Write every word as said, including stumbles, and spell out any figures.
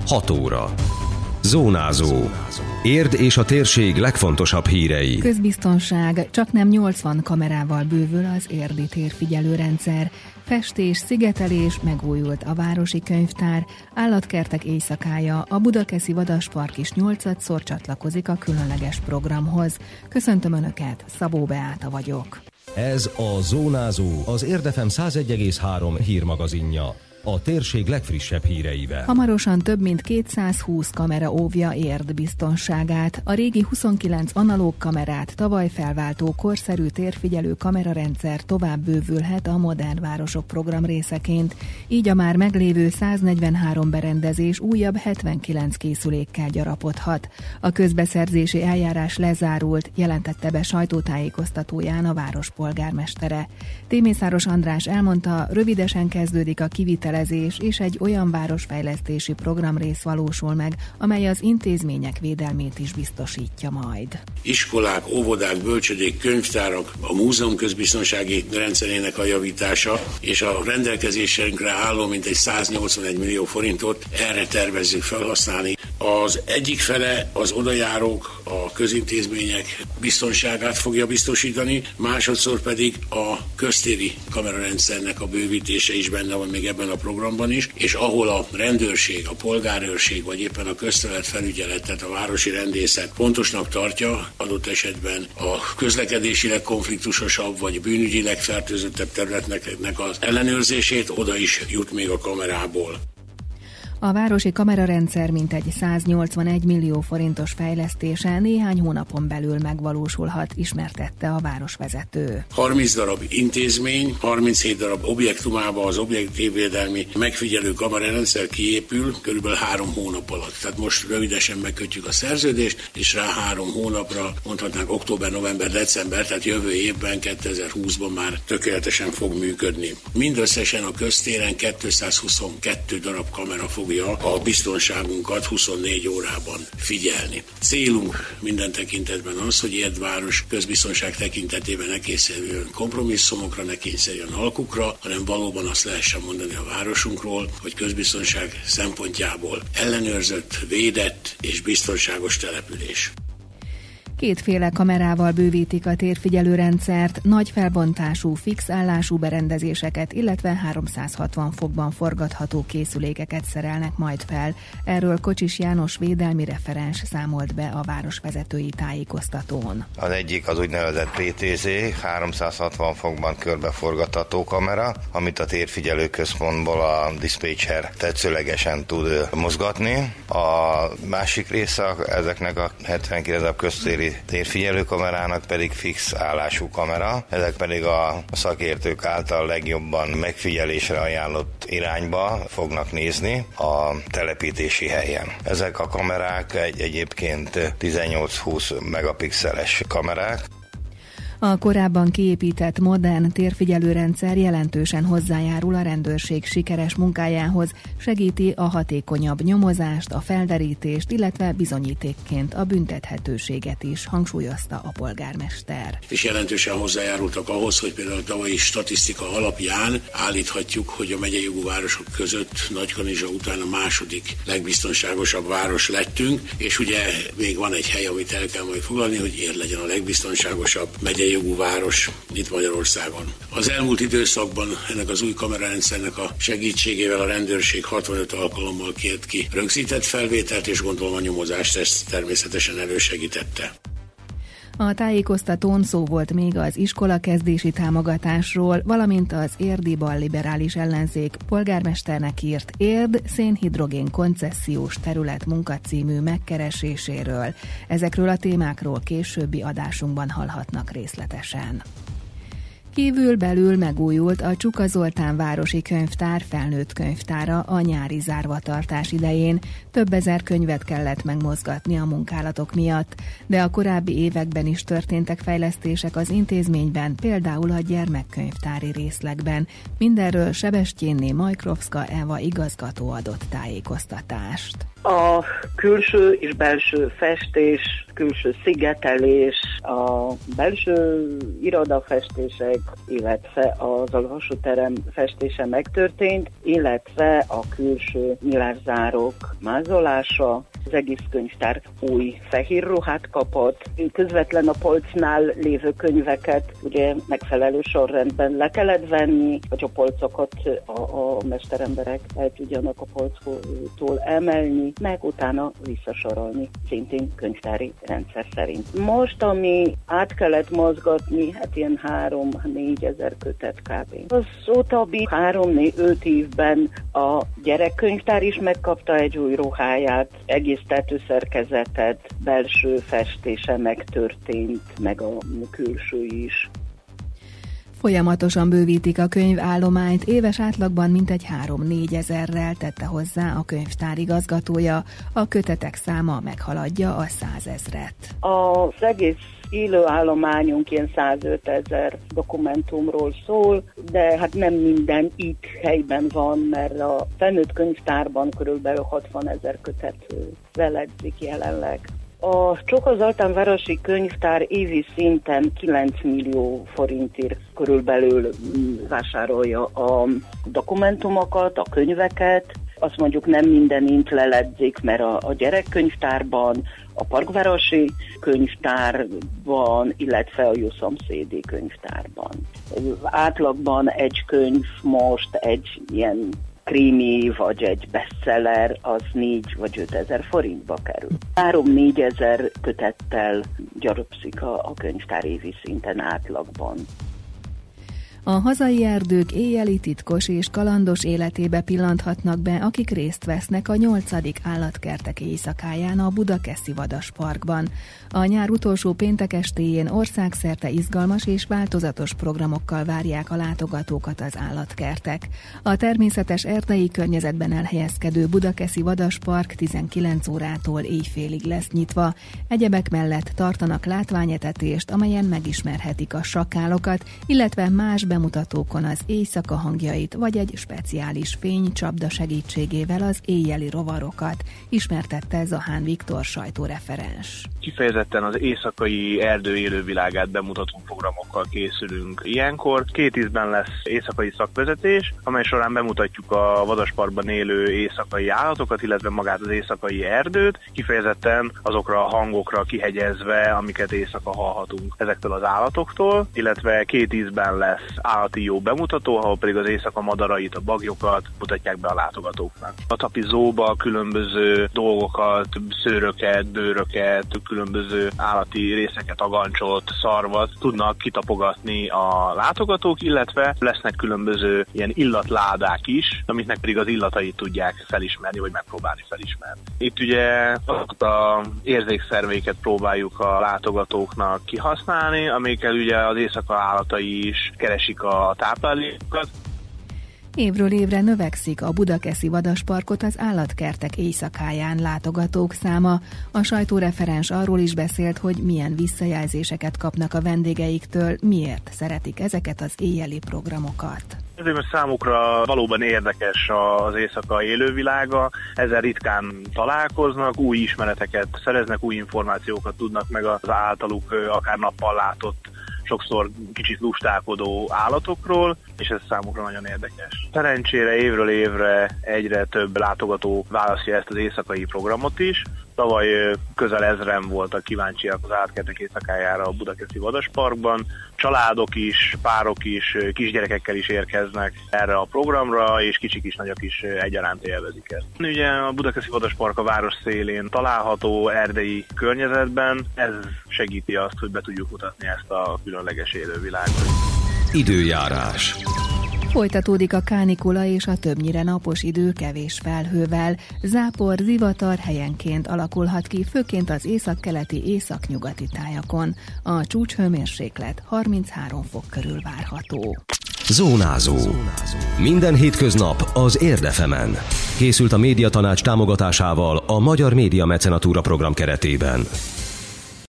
hat óra. Zónázó. Érd és a térség legfontosabb hírei. Közbiztonság. Csaknem nyolcvan kamerával bővül az érdi térfigyelőrendszer. Festés, szigetelés, megújult a városi könyvtár, állatkertek éjszakája, a Budakeszi Vadaspark is nyolcadszor csatlakozik a különleges programhoz. Köszöntöm Önöket, Szabó Beáta vagyok. Ez a Zónázó, az Érd ef em száz egy egész három hírmagazinja. A térség legfrissebb híreivel. Hamarosan több mint kétszázhúsz kamera óvja Érd biztonságát. A régi huszonkilenc analóg kamerát tavaly felváltó korszerű térfigyelő kamerarendszer tovább bővülhet a Modern Városok program részeként. Így a már meglévő száznegyvenhárom berendezés újabb hetvenkilenc készülékkel gyarapodhat. A közbeszerzési eljárás lezárult, jelentette be sajtótájékoztatóján a város polgármestere. Mészáros András elmondta, rövidesen kezdődik a kivitelezés, és egy olyan városfejlesztési programrész valósul meg, amely az intézmények védelmét is biztosítja majd. Iskolák, óvodák, bölcsödék, könyvtárak, a múzeum közbiztonsági rendszerének a javítása és a rendelkezésünkre álló mintegy száznyolcvanegy millió forintot erre tervezzük felhasználni. Az egyik fele az odajárók, a közintézmények biztonságát fogja biztosítani, másodszor pedig a köztéri kamerarendszernek a bővítése is benne van még ebben a programban is, és ahol a rendőrség, a polgárőrség, vagy éppen a közterület felügyelet, tehát a városi rendészet fontosnak tartja, adott esetben a közlekedésileg konfliktusosabb, vagy bűnügyileg fertőzöttebb területnek az ellenőrzését, oda is jut még a kamerából. A városi kamerarendszer mintegy száznyolcvanegy millió forintos fejlesztése néhány hónapon belül megvalósulhat, ismertette a városvezető. harminc darab intézmény, harminchét darab objektumába az objektívvédelmi megfigyelő kamerarendszer kiépül körülbelül három hónap alatt. Tehát most rövidesen megkötjük a szerződést, és rá három hónapra, mondhatnánk október, november, december, tehát jövő évben, kétezer-húszban már tökéletesen fog működni. Mindösszesen a köztéren kétszázhuszonkettő darab kamera fog a biztonságunkat huszonnégy órában figyelni. Célunk minden tekintetben az, hogy Érd város közbiztonság tekintetében ne kényszerüljön kompromisszumokra, ne kényszerüljön alkukra, hanem valóban azt lehessen mondani a városunkról, hogy közbiztonság szempontjából ellenőrzött, védett és biztonságos település. Kétféle kamerával bővítik a térfigyelőrendszert, nagy felbontású, fix állású berendezéseket, illetve háromszázhatvan fokban forgatható készülékeket szerelnek majd fel. Erről Kocsis János védelmi referens számolt be a városvezetői tájékoztatón. Az egyik az úgynevezett pé té zé, háromszázhatvan fokban körbeforgatható kamera, amit a térfigyelő központból a diszpécser tetszőlegesen tud mozgatni. A másik része ezeknek a hetvenkilenc köztéri térfigyelő kamerának pedig fix állású kamera, ezek pedig a szakértők által legjobban megfigyelésre ajánlott irányba fognak nézni a telepítési helyen. Ezek a kamerák egy, egyébként tizennyolc-húsz megapixeles kamerák. A korábban kiépített modern térfigyelőrendszer jelentősen hozzájárul a rendőrség sikeres munkájához, segíti a hatékonyabb nyomozást, a felderítést, illetve bizonyítékként a büntethetőséget is, hangsúlyozta a polgármester. És jelentősen hozzájárultak ahhoz, hogy például a tavalyi statisztika alapján állíthatjuk, hogy a megyei jogú városok között Nagykanizsa után a második legbiztonságosabb város lettünk, és ugye még van egy hely, amit el kell majd foglalni, hogy Érd legyen a legbiztonságosabb megyei jogú város itt Magyarországon. Az elmúlt időszakban ennek az új kamerarendszernek a segítségével a rendőrség hatvanöt alkalommal kért ki rögzített felvételt, és gondolom a nyomozást ezt természetesen elősegítette. A tájékoztatón szó volt még az iskolakezdési támogatásról, valamint az érdi balliberális ellenzék polgármesternek írt Érd szénhidrogén koncesziós terület munkacímű megkereséséről. Ezekről a témákról későbbi adásunkban hallhatnak részletesen. Kívül-belül megújult a Csuka Zoltán városi könyvtár felnőtt könyvtára a nyári zárvatartás idején. Több ezer könyvet kellett megmozgatni a munkálatok miatt, de a korábbi években is történtek fejlesztések az intézményben, például a gyermekkönyvtári részlegben. Mindenről Sebestyénné Majkrovszka Eva igazgató adott tájékoztatást. A külső és belső festés, külső szigetelés, a belső irodafestések, illetve az alsóterem festése megtörtént, illetve a külső nyilászárók mázolása. Az egész könyvtár új fehér ruhát kapott, közvetlen a polcnál lévő könyveket ugye megfelelő sorrendben le kellett venni, hogy a polcokat a, a mesteremberek el tudjanak a polctól emelni, meg utána visszasorolni, szintén könyvtári rendszer szerint. Most, ami át kellett mozgatni, hát ilyen három-négy ezer kötet kb. Az utóbbi három-öt évben a gyerekkönyvtár is megkapta egy új ruháját, egész tetőszerkezetet, belső festése megtörtént, meg a külső is. Folyamatosan bővítik a könyvállományt, éves átlagban mintegy három-négy ezerrel, tette hozzá a könyvtár igazgatója. A kötetek száma meghaladja a százezret. Az egész élő állományunk ilyen százöt ezer dokumentumról szól, de hát nem minden itt helyben van, mert a felnőtt könyvtárban körülbelül hatvan ezer kötet veledzik jelenleg. A Csóka Zoltán városi könyvtár évi szinten kilenc millió forintért körülbelül vásárolja a dokumentumokat, a könyveket. Azt mondjuk nem mindenint leledzik, mert a, a gyerekkönyvtárban, a Parkvárosi könyvtárban, illetve a jó szomszédi könyvtárban. Átlagban egy könyv most egy ilyen krimi vagy egy bestseller, az négy vagy öt ezer forintba kerül. Három-négy ezer kötettel gyarapszik a, a könyvtár évi szinten átlagban. A hazai erdők éjjeli titkos és kalandos életébe pillanthatnak be, akik részt vesznek a nyolcadik állatkertek éjszakáján a Budakeszi Vadasparkban. A nyár utolsó péntek estéjén országszerte izgalmas és változatos programokkal várják a látogatókat az állatkertek. A természetes erdei környezetben elhelyezkedő Budakeszi Vadaspark tizenkilenc órától éjfélig lesz nyitva. Egyebek mellett tartanak látványetetést, amelyen megismerhetik a sakálokat, illetve más bemutatókon az éjszaka hangjait, vagy egy speciális fénycsapda segítségével az éjjeli rovarokat, ismertette Zahán Viktor sajtóreferens. Kifejezetten az éjszakai erdő élővilágát bemutató programokkal készülünk ilyenkor. Két ízben lesz éjszakai szakvezetés, amely során bemutatjuk a Vadasparkban élő éjszakai állatokat, illetve magát az éjszakai erdőt, kifejezetten azokra a hangokra kihegyezve, amiket éjszaka hallhatunk ezektől az állatoktól, illetve két ízben lesz állati jó bemutató, ahol pedig az éjszaka madarait, a baglyokat mutatják be a látogatóknak. A Tapi Zooba különböző dolgokat, szőröket, bőröket, különböző állati részeket, agancsot, szarvat tudnak kitapogatni a látogatók, illetve lesznek különböző ilyen illatládák is, amiknek pedig az illatait tudják felismerni, vagy megpróbálni felismerni. Itt ugye azokat az érzékszerveiket próbáljuk a látogatóknak kihasználni, amikkel ugye az éjszaka állatai is keresik a táplálékokat. Évről évre növekszik a Budakeszi Vadasparkot az állatkertek éjszakáján látogatók száma. A sajtóreferens arról is beszélt, hogy milyen visszajelzéseket kapnak a vendégeiktől, miért szeretik ezeket az éjjeli programokat. Ezért, mert számukra valóban érdekes az éjszaka élővilága, ezzel ritkán találkoznak, új ismereteket szereznek, új információkat tudnak meg az általuk akár nappal látott, sokszor kicsit lustálkodó állatokról, és ez számukra nagyon érdekes. Szerencsére évről évre egyre több látogató választja ezt az éjszakai programot is. Tavaly közel ezren voltak kíváncsiak az állatkertek éjszakájára a Budakeszi Vadasparkban. Családok is, párok is, kisgyerekekkel is érkeznek erre a programra, és kicsik is, nagyok is egyaránt élvezik ezt. Ugye a Budakeszi Vadaspark a város szélén található erdei környezetben, ez segíti azt, hogy be tudjuk mutatni ezt a különleges élővilágot. Időjárás. Folytatódik a kánikula és a többnyire napos idő kevés felhővel. Zápor, zivatar helyenként alakulhat ki, főként az északkeleti északnyugati tájakon. A csúcshőmérséklet harminchárom fok körül várható. Zónázó. Minden hétköznap az Érd ef emen. Készült a Médiatanács támogatásával a Magyar Média Mecenatúra program keretében.